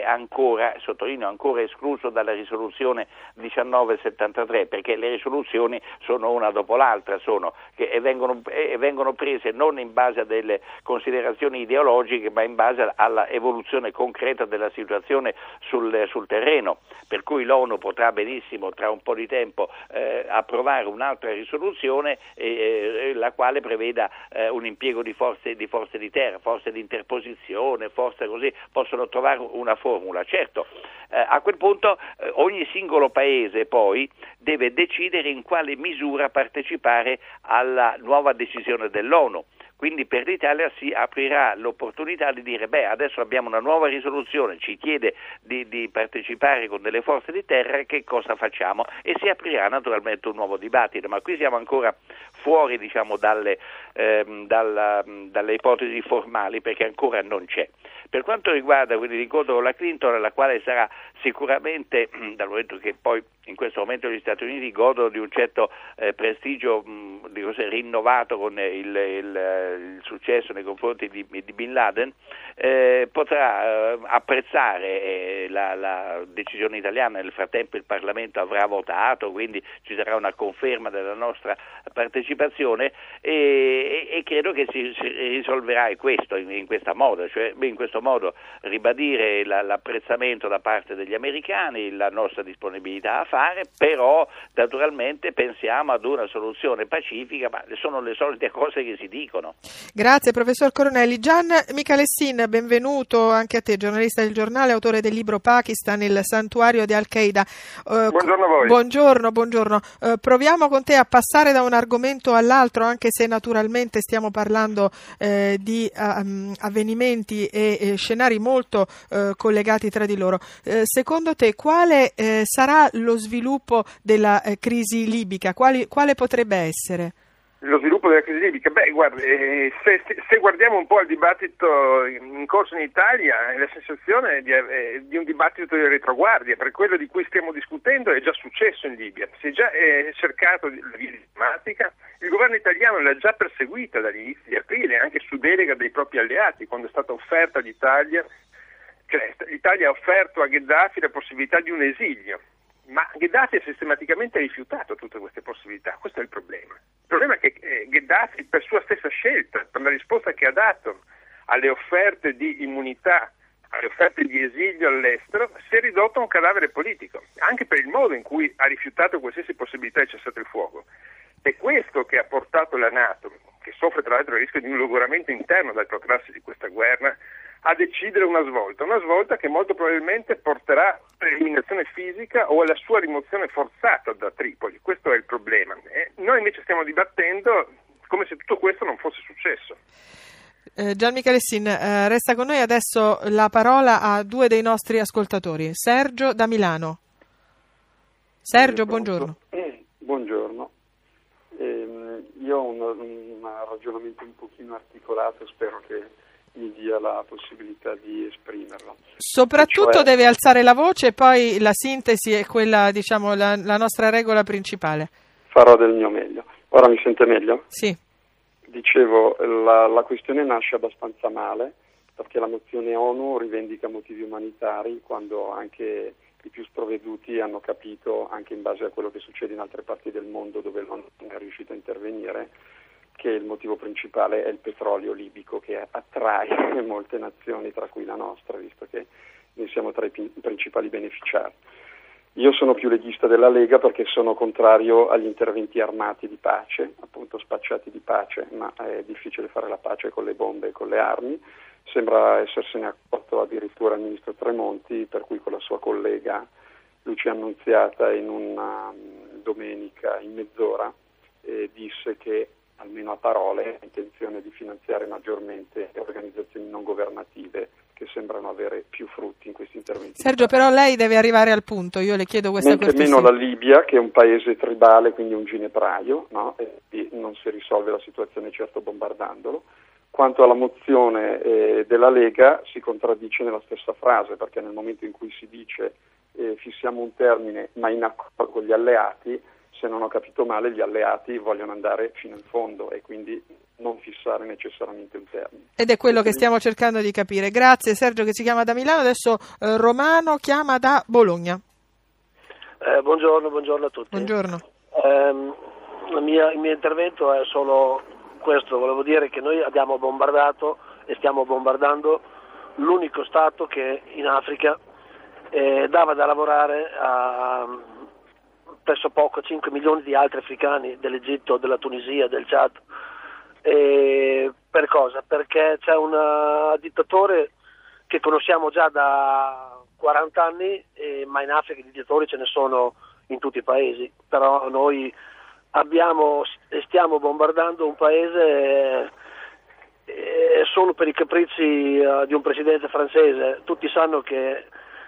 ancora, sottolineo ancora, escluso dalla risoluzione diciannove settantatré, perché le risoluzioni sono una dopo l'altra, sono, che, e, vengono, e vengono prese non in base a delle considerazioni ideologiche, ma in base alla evoluzione concreta della situazione sul, sul terreno, per cui l'ONU potrà benissimo tra un po' di tempo eh, approvare un'altra risoluzione eh, la quale preveda eh, un impiego di forze, di forze di terra, forze di interposizione, forze così, possono trovare una formula. Certo, eh, a quel punto eh, ogni singolo paese poi deve decidere in quale misura partecipare alla nuova decisione dell'ONU. Quindi per l'Italia si aprirà l'opportunità di dire beh, adesso abbiamo una nuova risoluzione, ci chiede di, di partecipare con delle forze di terra, che cosa facciamo? E si aprirà naturalmente un nuovo dibattito, ma qui siamo ancora fuori, diciamo, dalle, ehm, dalla, dalle ipotesi formali, perché ancora non c'è. Per quanto riguarda quindi l'incontro con la Clinton, la quale sarà sicuramente, dal momento che poi in questo momento gli Stati Uniti godono di un certo eh, prestigio mh, di così, rinnovato con il, il, il successo nei confronti di, di Bin Laden, eh, potrà eh, apprezzare eh, la, la decisione italiana. Nel frattempo il Parlamento avrà votato, quindi ci sarà una conferma della nostra partecipazione e, e, e credo che si, si risolverà questo in, in questa modo, cioè in questo modo ribadire la, l'apprezzamento da parte degli americani, la nostra disponibilità a fare, però naturalmente pensiamo ad una soluzione pacifica, ma sono le solite cose che si dicono. Grazie professor Coronelli. Gian Michalessin, benvenuto anche a te, giornalista del giornale, autore del libro Pakistan, il santuario di Al-Qaeda. Uh, buongiorno a voi. Buongiorno, buongiorno. Uh, proviamo con te a passare da un argomento all'altro, anche se naturalmente stiamo parlando eh, di um, avvenimenti e, e scenari molto uh, collegati tra di loro. Uh, secondo te quale eh, sarà lo sviluppo della eh, crisi libica? Quali, quale potrebbe essere? Lo sviluppo della crisi libica? Beh, guarda, eh, se, se guardiamo un po' al dibattito in corso in Italia, la sensazione di, eh, di un dibattito di retroguardia, perché quello di cui stiamo discutendo è già successo in Libia. Si è già eh, cercato la via diplomatica, il governo italiano l'ha già perseguita dall'inizio di aprile, anche su delega dei propri alleati, quando è stata offerta all'Italia, cioè l'Italia ha offerto a Gheddafi la possibilità di un esilio. Ma Gheddafi ha sistematicamente rifiutato tutte queste possibilità, questo è il problema. Il problema è che eh, Gheddafi, per sua stessa scelta, per la risposta che ha dato alle offerte di immunità, alle offerte di esilio all'estero, si è ridotto a un cadavere politico, anche per il modo in cui ha rifiutato qualsiasi possibilità di cessate il fuoco. È questo che ha portato la NATO, che soffre tra l'altro il rischio di un logoramento interno dal protrarsi di questa guerra, a decidere una svolta, una svolta che molto probabilmente porterà all'eliminazione fisica o alla sua rimozione forzata da Tripoli. Questo è il problema. E noi invece stiamo dibattendo come se tutto questo non fosse successo. Eh, Gian Michalessin, eh, resta con noi adesso la parola a due dei nostri ascoltatori. Sergio da Milano. Sergio, buongiorno. Eh, buongiorno. Eh, io ho un, un ragionamento un pochino articolato, spero che mi dia la possibilità di esprimerlo. Soprattutto cioè, deve alzare la voce e poi la sintesi è quella, diciamo, la, la nostra regola principale. Farò del mio meglio. Ora mi sente meglio? Sì. Dicevo, la, la questione nasce abbastanza male, perché la mozione ONU rivendica motivi umanitari quando anche i più sprovveduti hanno capito, anche in base a quello che succede in altre parti del mondo dove l'ONU non è riuscita a intervenire, che il motivo principale è il petrolio libico che attrae molte nazioni, tra cui la nostra, visto che noi siamo tra i principali beneficiari. Io sono più leghista della Lega perché sono contrario agli interventi armati di pace, appunto spacciati di pace, ma è difficile fare la pace con le bombe e con le armi. Sembra essersene accorto addirittura il ministro Tremonti, per cui con la sua collega Lucia Annunziata in una domenica in mezz'ora eh, disse che almeno a parole, ha intenzione di finanziare maggiormente le organizzazioni non governative che sembrano avere più frutti in questi interventi. Sergio, però lei deve arrivare al punto, io le chiedo questa cortesia. Meno la Libia, che è un paese tribale, quindi un ginepraio, no? E non si risolve la situazione certo bombardandolo. Quanto alla mozione eh, della Lega, si contraddice nella stessa frase, perché nel momento in cui si dice eh, fissiamo un termine ma in accordo con gli alleati, se non ho capito male, gli alleati vogliono andare fino in fondo e quindi non fissare necessariamente un termine. Ed è quello che stiamo cercando di capire. Grazie Sergio, che si chiama da Milano, adesso eh, Romano chiama da Bologna. Eh, buongiorno, buongiorno a tutti. Buongiorno. Eh, la mia, il mio intervento è solo questo, volevo dire che noi abbiamo bombardato e stiamo bombardando l'unico Stato che in Africa eh, dava da lavorare a presso poco cinque milioni di altri africani dell'Egitto, della Tunisia, del Chad. E per cosa? Perché c'è un uh, dittatore che conosciamo già da quaranta anni, eh, ma in Africa di dittatori ce ne sono in tutti i paesi, però noi abbiamo e stiamo bombardando un paese eh, solo per i capricci uh, di un presidente francese. Tutti sanno che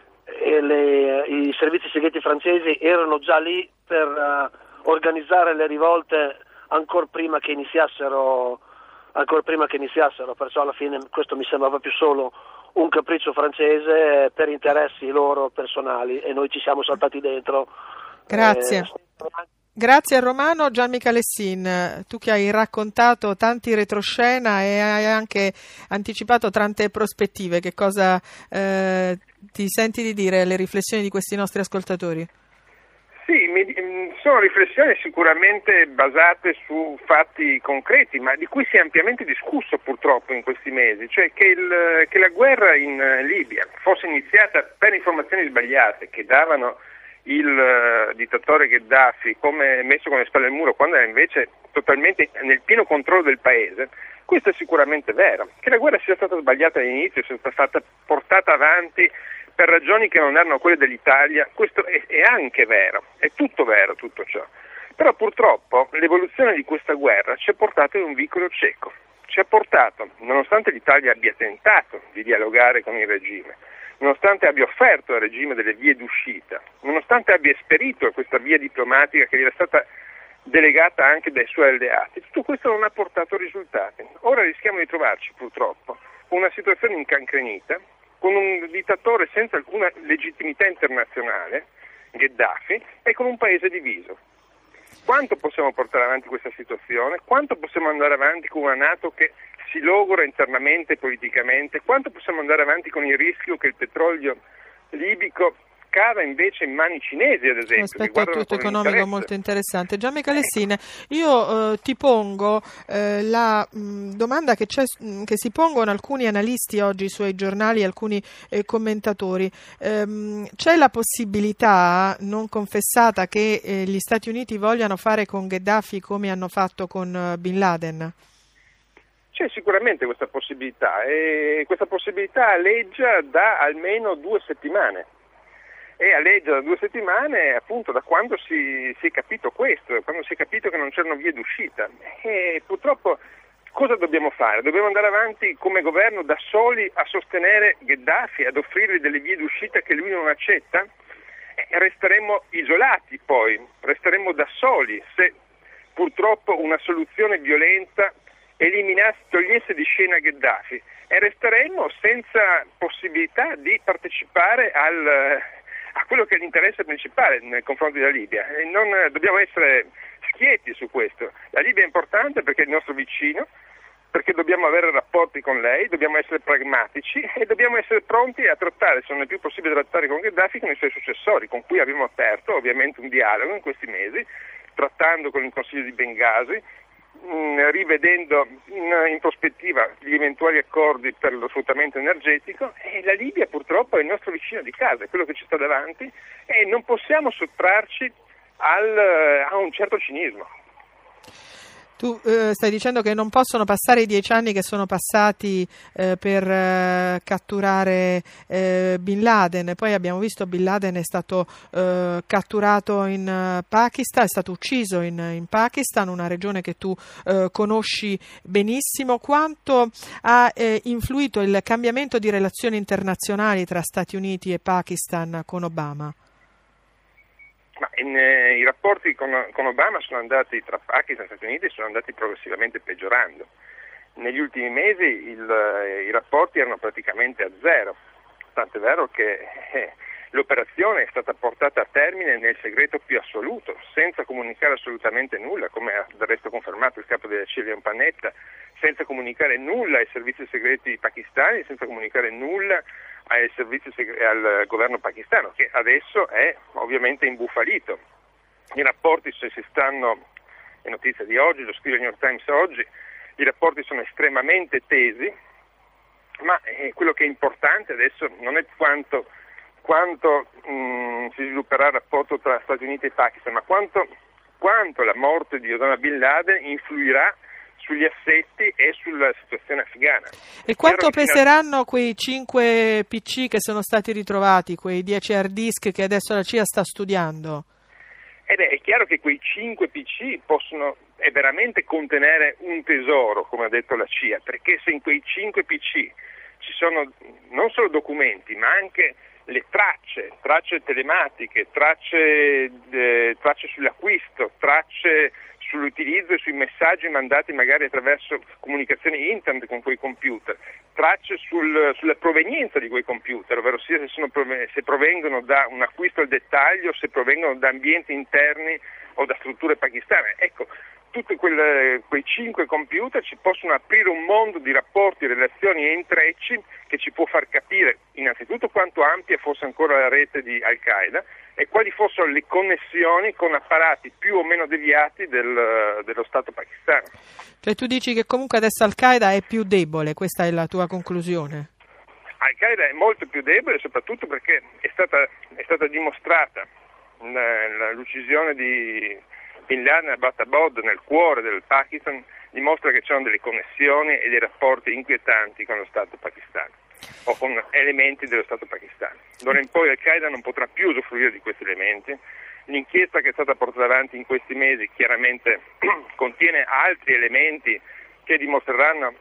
eh, le, i servizi segreti francesi erano già lì per uh, organizzare le rivolte ancora prima che iniziassero ancora prima che iniziassero, perciò alla fine questo mi sembrava più solo un capriccio francese per interessi loro personali e noi ci siamo saltati dentro. Grazie. Eh, Grazie a Romano. Gianmica Lessin, tu che hai raccontato tanti retroscena e hai anche anticipato tante prospettive, che cosa eh, ti senti di dire alle riflessioni di questi nostri ascoltatori? Sì, sono riflessioni sicuramente basate su fatti concreti, ma di cui si è ampiamente discusso purtroppo in questi mesi, cioè che, il, che la guerra in Libia fosse iniziata per informazioni sbagliate che davano il uh, dittatore Gheddafi come messo con le spalle al muro, quando era invece totalmente nel pieno controllo del paese. Questo è sicuramente vero. Che la guerra sia stata sbagliata all'inizio, sia stata portata avanti per ragioni che non erano quelle dell'Italia, questo è, è anche vero, è tutto vero tutto ciò. Però purtroppo l'evoluzione di questa guerra ci ha portato in un vicolo cieco, ci ha portato, nonostante l'Italia abbia tentato di dialogare con il regime, nonostante abbia offerto al regime delle vie d'uscita, nonostante abbia esperito questa via diplomatica che gli era stata delegata anche dai suoi alleati, tutto questo non ha portato risultati. Ora rischiamo di trovarci purtroppo con una situazione incancrenita, con un dittatore senza alcuna legittimità internazionale, Gheddafi, e con un paese diviso. Quanto possiamo portare avanti questa situazione? Quanto possiamo andare avanti con una NATO che si logora internamente e politicamente? Quanto possiamo andare avanti con il rischio che il petrolio libico cada invece in mani cinesi, ad esempio? Aspetto tutto economico interesse. Molto interessante. Gianmica Lessin, io eh, ti pongo eh, la mh, domanda che, c'è, mh, che si pongono alcuni analisti oggi sui giornali, alcuni eh, commentatori. Ehm, c'è la possibilità non confessata che eh, gli Stati Uniti vogliano fare con Gheddafi come hanno fatto con uh, Bin Laden? C'è sicuramente questa possibilità e questa possibilità aleggia da almeno due settimane. E alleggia da due settimane appunto da quando si, si è capito questo, quando si è capito che non c'erano vie d'uscita. E purtroppo cosa dobbiamo fare? Dobbiamo andare avanti come governo da soli a sostenere Gheddafi, ad offrirgli delle vie d'uscita che lui non accetta? E resteremo isolati poi, resteremo da soli se purtroppo una soluzione violenta eliminasse, togliesse di scena Gheddafi, e resteremo senza possibilità di partecipare al a quello che è l'interesse principale nei confronti della Libia. E non dobbiamo essere schieti su questo. La Libia è importante perché è il nostro vicino, perché dobbiamo avere rapporti con lei, dobbiamo essere pragmatici e dobbiamo essere pronti a trattare, se non è più possibile trattare con Gheddafi, con i suoi successori, con cui abbiamo aperto ovviamente un dialogo in questi mesi, trattando con il Consiglio di Bengasi, mh, rivedendo in, in prospettiva gli eventuali accordi per lo sfruttamento energetico. E la Libia purtroppo è il nostro vicino di casa, è quello che ci sta davanti e non possiamo sottrarci al, a un certo cinismo. Tu eh, stai dicendo che non possono passare i dieci anni che sono passati eh, per eh, catturare eh, Bin Laden. Poi abbiamo visto Bin Laden è stato eh, catturato in uh, Pakistan, è stato ucciso in, in Pakistan, una regione che tu eh, conosci benissimo. Quanto ha eh, influito il cambiamento di relazioni internazionali tra Stati Uniti e Pakistan con Obama? Ma in, eh, i rapporti con, con Obama sono andati, tra Pakistan e Stati Uniti, sono andati progressivamente peggiorando. Negli ultimi mesi il, eh, i rapporti erano praticamente a zero, tant'è vero che eh, l'operazione è stata portata a termine nel segreto più assoluto, senza comunicare assolutamente nulla, come ha del resto confermato il capo della C I A Leon Panetta, senza comunicare nulla ai servizi segreti pakistani, senza comunicare nulla ai servizi segreti, al governo pakistano, che adesso è ovviamente imbufalito. I rapporti, se si stanno, è notizia di oggi, lo scrive il New York Times oggi, i rapporti sono estremamente tesi, ma eh, quello che è importante adesso non è quanto, quanto mh, si svilupperà il rapporto tra Stati Uniti e Pakistan, ma quanto, quanto la morte di Osama Bin Laden influirà sugli assetti e sulla situazione afghana. E quanto peseranno quei cinque P C che sono stati ritrovati, quei dieci hard disk che adesso la C I A sta studiando? Eh beh, è chiaro che quei cinque P C possono è veramente contenere un tesoro, come ha detto la C I A, perché se in quei cinque P C ci sono non solo documenti, ma anche le tracce, tracce telematiche, tracce, eh, tracce sull'acquisto, tracce sull'utilizzo e sui messaggi mandati magari attraverso comunicazioni internet con quei computer, tracce sul, sulla provenienza di quei computer, ovvero sia se, sono, se provengono da un acquisto al dettaglio, se provengono da ambienti interni o da strutture pakistane. Ecco, tutti quelle, quei cinque computer ci possono aprire un mondo di rapporti, relazioni e intrecci che ci può far capire innanzitutto quanto ampia fosse ancora la rete di Al-Qaeda e quali fossero le connessioni con apparati più o meno deviati del, dello Stato pakistano. Cioè tu dici che comunque adesso Al-Qaeda è più debole, questa è la tua conclusione? Al-Qaeda è molto più debole soprattutto perché è stata, è stata dimostrata l'uccisione di Bin Laden a Abbottabad, nel cuore del Pakistan, dimostra che c'erano delle connessioni e dei rapporti inquietanti con lo Stato pakistano o con elementi dello Stato pakistano. D'ora in poi Al-Qaeda non potrà più usufruire di questi elementi. L'inchiesta che è stata portata avanti in questi mesi chiaramente contiene altri elementi che dimostreranno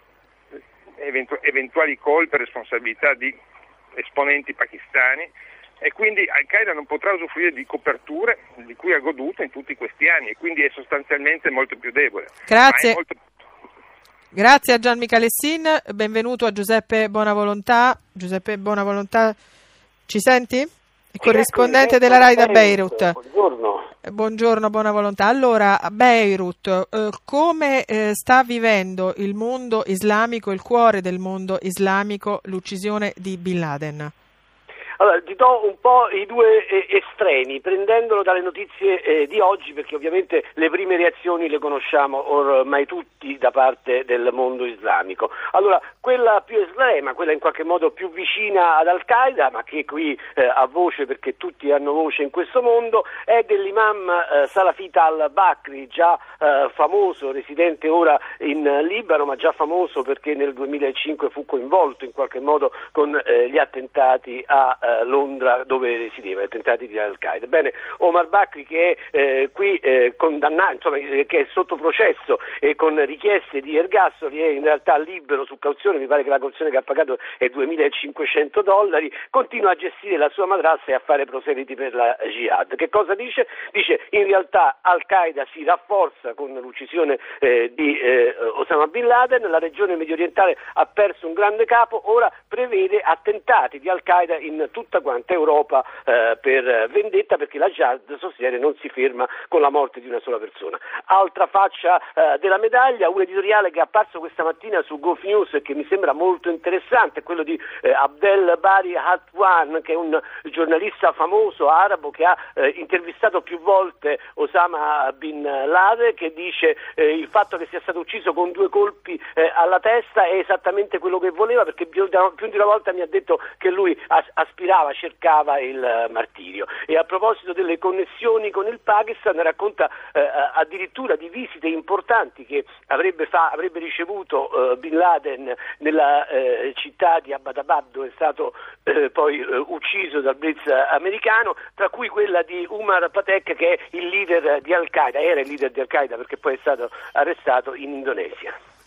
eventu- eventuali colpe e responsabilità di esponenti pakistani, e quindi Al-Qaeda non potrà usufruire di coperture di cui ha goduto in tutti questi anni e quindi è sostanzialmente molto più debole. Grazie. Molto... Grazie a Gian Michalessin, benvenuto a Giuseppe Bonavolontà. Giuseppe Bonavolontà, ci senti? È corrispondente della RAI da Beirut. Buongiorno. Buongiorno, Bonavolontà. Allora, a Beirut, eh, come eh, sta vivendo il mondo islamico, il cuore del mondo islamico, l'uccisione di Bin Laden? Allora, ti do un po' i due eh, estremi, prendendolo dalle notizie eh, di oggi, perché ovviamente le prime reazioni le conosciamo ormai tutti da parte del mondo islamico. Allora, quella più estrema, quella in qualche modo più vicina ad Al-Qaeda, ma che qui eh, ha voce perché tutti hanno voce in questo mondo, è dell'imam eh, Salafita al-Bakri, già eh, famoso, residente ora in Libano, ma già famoso perché nel duemilacinque fu coinvolto in qualche modo con eh, gli attentati a eh, Londra, dove resideva, attentati di Al-Qaeda. Bene, Omar Bakri, che è eh, qui eh, condannato, insomma, eh, che è sotto processo e con richieste di ergastoli, è in realtà libero su cauzione, mi pare che la cauzione che ha pagato è duemilacinquecento dollari, continua a gestire la sua madrassa e a fare proseliti per la jihad. Che cosa dice? Dice in realtà Al-Qaeda si rafforza con l'uccisione eh, di eh, Osama Bin Laden, la regione medio orientale ha perso un grande capo, ora prevede attentati di Al-Qaeda in tutta quanta Europa eh, per vendetta, perché la jihad sostiene non si ferma con la morte di una sola persona. Altra faccia eh, della medaglia, un editoriale che è apparso questa mattina su Gulf News e che mi sembra molto interessante, è quello di eh, Abdel Bari Hatwan, che è un giornalista famoso arabo che ha eh, intervistato più volte Osama Bin Laden, che dice eh, il fatto che sia stato ucciso con due colpi eh, alla testa è esattamente quello che voleva, perché più di una volta mi ha detto che lui aspirava, cercava il martirio. E a proposito delle connessioni con il Pakistan, racconta eh, addirittura di visite importanti che avrebbe, fa, avrebbe ricevuto eh, Bin Laden nella eh, città di Abbottabad, dove è stato eh, poi eh, ucciso dal blitz americano, tra cui quella di Umar Patek, che è il leader di Al-Qaeda, era il leader di Al-Qaeda perché poi è stato arrestato in Indonesia.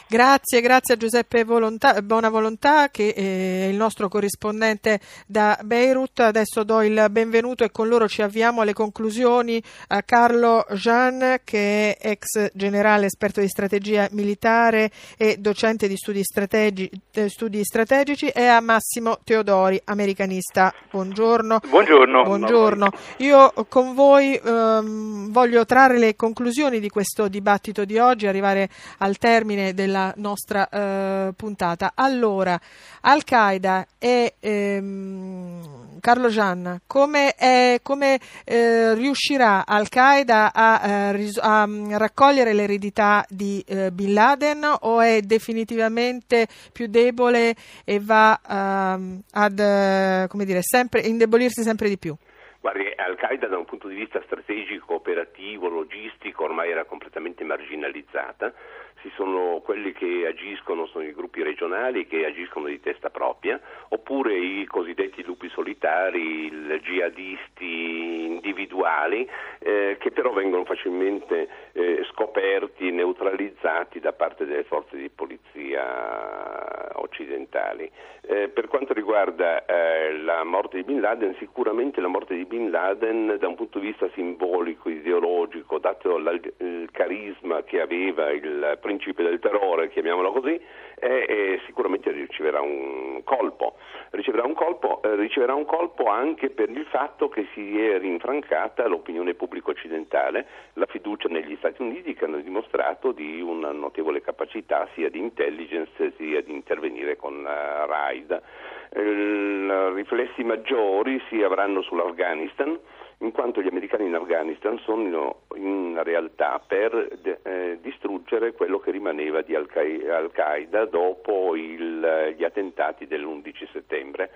Grazie, grazie a Giuseppe Volontà, Bonavolontà che è il nostro corrispondente da Beirut. Adesso do il benvenuto e con loro ci avviamo alle conclusioni a Carlo Jean, che è ex generale esperto di strategia militare e docente di studi, strategi, studi strategici, e a Massimo Teodori, americanista. Buongiorno. Buongiorno. Buongiorno. Io con voi ehm, voglio trarre le conclusioni di questo dibattito di oggi, arrivare al termine della nostra eh, puntata. Allora, Al-Qaeda e ehm, Carlo Jean, come, è, come eh, riuscirà Al-Qaeda a, eh, ris- a raccogliere l'eredità di eh, Bin Laden, o è definitivamente più debole e va ehm, ad eh, come dire, sempre indebolirsi sempre di più? Guardi, Al-Qaeda da un punto di vista strategico, operativo, logistico ormai era completamente marginalizzata. Ci sono quelli che agiscono, sono i gruppi regionali che agiscono di testa propria, oppure i cosiddetti lupi solitari, i jihadisti individuali, eh, che però vengono facilmente eh, scoperti, neutralizzati da parte delle forze di polizia occidentali. Eh, per quanto riguarda eh, la morte di Bin Laden, sicuramente la morte di Bin Laden da un punto di vista simbolico, ideologico, dato la, il carisma che aveva il principe del terrore, chiamiamolo così, eh, eh, sicuramente riceverà un colpo. Riceverà un colpo, eh, riceverà un colpo anche per il fatto che si è rinfrancata l'opinione pubblica occidentale, la fiducia negli Stati Uniti, che hanno dimostrato di una notevole capacità sia di intelligence sia di intervenire con la raid. Eh, riflessi maggiori si avranno sull'Afghanistan, in quanto gli americani in Afghanistan sono in realtà per eh, distruggere quello che rimaneva di Al-Qaeda dopo il, gli attentati dell'undici settembre,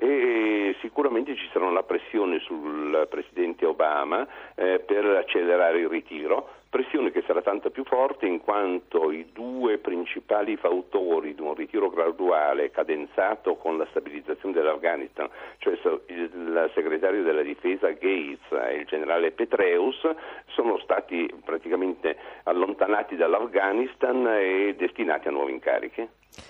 e sicuramente ci sarà una pressione sul presidente Obama eh, per accelerare il ritiro, pressione che sarà tanto più forte in quanto i due principali fautori di un ritiro graduale cadenzato con la stabilizzazione dell'Afghanistan, cioè il segretario della difesa Gates e il generale Petraeus, sono stati praticamente allontanati dall'Afghanistan e destinati a nuovi incarichi.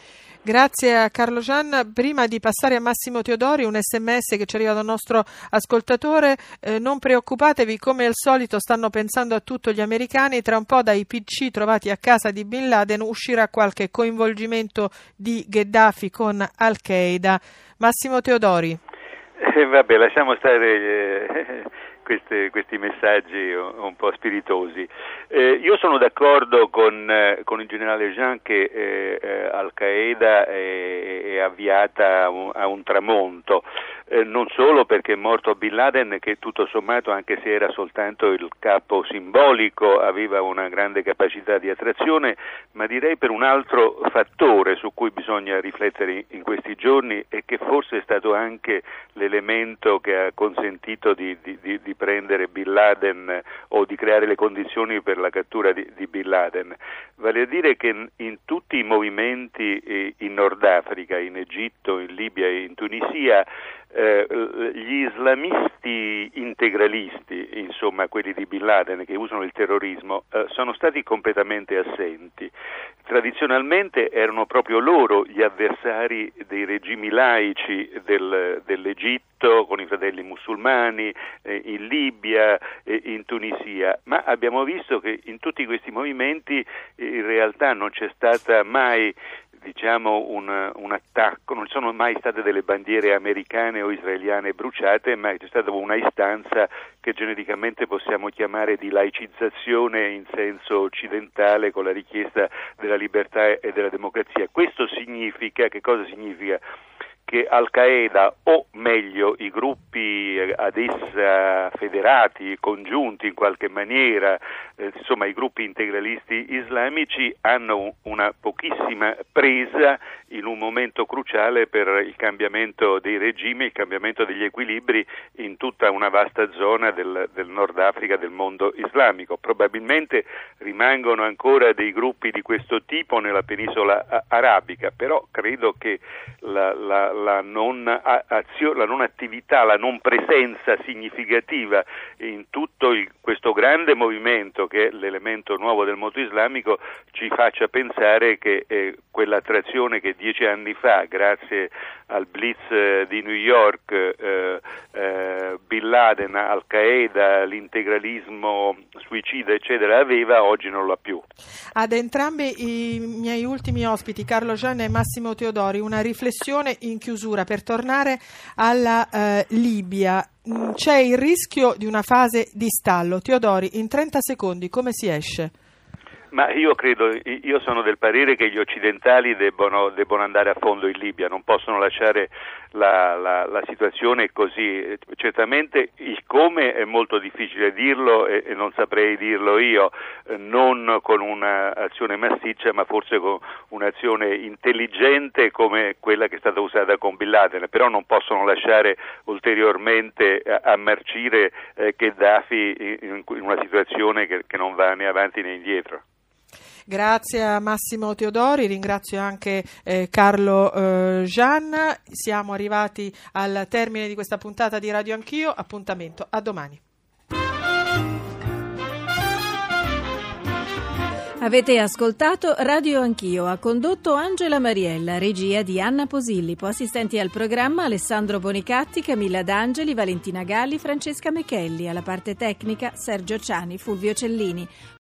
Grazie a Carlo Jean. Prima di passare a Massimo Teodori, un sms che ci arriva dal nostro ascoltatore: eh, non preoccupatevi, come al solito stanno pensando a tutto gli americani, tra un po' dai P C trovati a casa di Bin Laden uscirà qualche coinvolgimento di Gheddafi con Al-Qaeda. Massimo Teodori. Eh, vabbè, lasciamo stare eh, queste, questi messaggi un, un po' spiritosi. Eh, io sono d'accordo con, eh, con il generale Jean che eh, eh, Al-Qaeda è, è avviata a un, a un tramonto, eh, non solo perché è morto Bin Laden, che tutto sommato, anche se era soltanto il capo simbolico, aveva una grande capacità di attrazione, ma direi per un altro fattore su cui bisogna riflettere in questi giorni, e che forse è stato anche l'elemento che ha consentito di, di, di, di prendere Bin Laden o di creare le condizioni per la cattura di, di Bin Laden, vale a dire che in, in tutti i movimenti eh, in Nord Africa, in Egitto, in Libia e in Tunisia, eh, gli islamisti integralisti, insomma quelli di Bin Laden che usano il terrorismo, eh, sono stati completamente assenti. Tradizionalmente erano proprio loro gli avversari dei regimi laici del, dell'Egitto, con i fratelli musulmani, eh, in Libia, eh, in Tunisia, ma abbiamo visto che in tutti questi movimenti eh, in realtà non c'è stata mai, diciamo, un, un attacco, non sono mai state delle bandiere americane o israeliane bruciate, ma c'è stata una istanza che genericamente possiamo chiamare di laicizzazione in senso occidentale, con la richiesta della libertà e della democrazia. Questo significa, che cosa significa? Che Al-Qaeda, o meglio i gruppi ad essa federati, congiunti in qualche maniera, eh, insomma i gruppi integralisti islamici, hanno una pochissima presa in un momento cruciale per il cambiamento dei regimi, il cambiamento degli equilibri in tutta una vasta zona del, del Nord Africa, del mondo islamico. Probabilmente rimangono ancora dei gruppi di questo tipo nella penisola arabica, però credo che la, la la, non azio, la non attività, la non presenza significativa in tutto il, questo grande movimento che è l'elemento nuovo del mondo islamico ci faccia pensare che eh, quell'attrazione che dieci anni fa, grazie al blitz eh, di New York, eh, eh, Bin Laden, Al-Qaeda, l'integralismo suicida eccetera aveva, oggi non l'ha più. Ad entrambi i miei ultimi ospiti, Carlo Jean e Massimo Teodori, una riflessione in chiusura per tornare alla eh, Libia. C'è il rischio di una fase di stallo. Teodori, in trenta secondi come si esce? Ma io credo, io sono del parere che gli occidentali debbono, debbono andare a fondo in Libia, non possono lasciare la, la, la situazione così. Certamente il come è molto difficile dirlo e, e non saprei dirlo io, non con un'azione massiccia ma forse con un'azione intelligente come quella che è stata usata con Bin Laden, però non possono lasciare ulteriormente ammarcire eh, Gheddafi in, in una situazione che, che non va né avanti né indietro. Grazie a Massimo Teodori, ringrazio anche eh, Carlo eh, Jean. Siamo arrivati al termine di questa puntata di Radio Anch'io, appuntamento a domani. Avete ascoltato Radio Anch'io, ha condotto Angela Mariella, regia di Anna Posillipo, assistenti al programma Alessandro Bonicatti, Camilla D'Angeli, Valentina Galli, Francesca Mechelli, alla parte tecnica Sergio Ciani, Fulvio Cellini.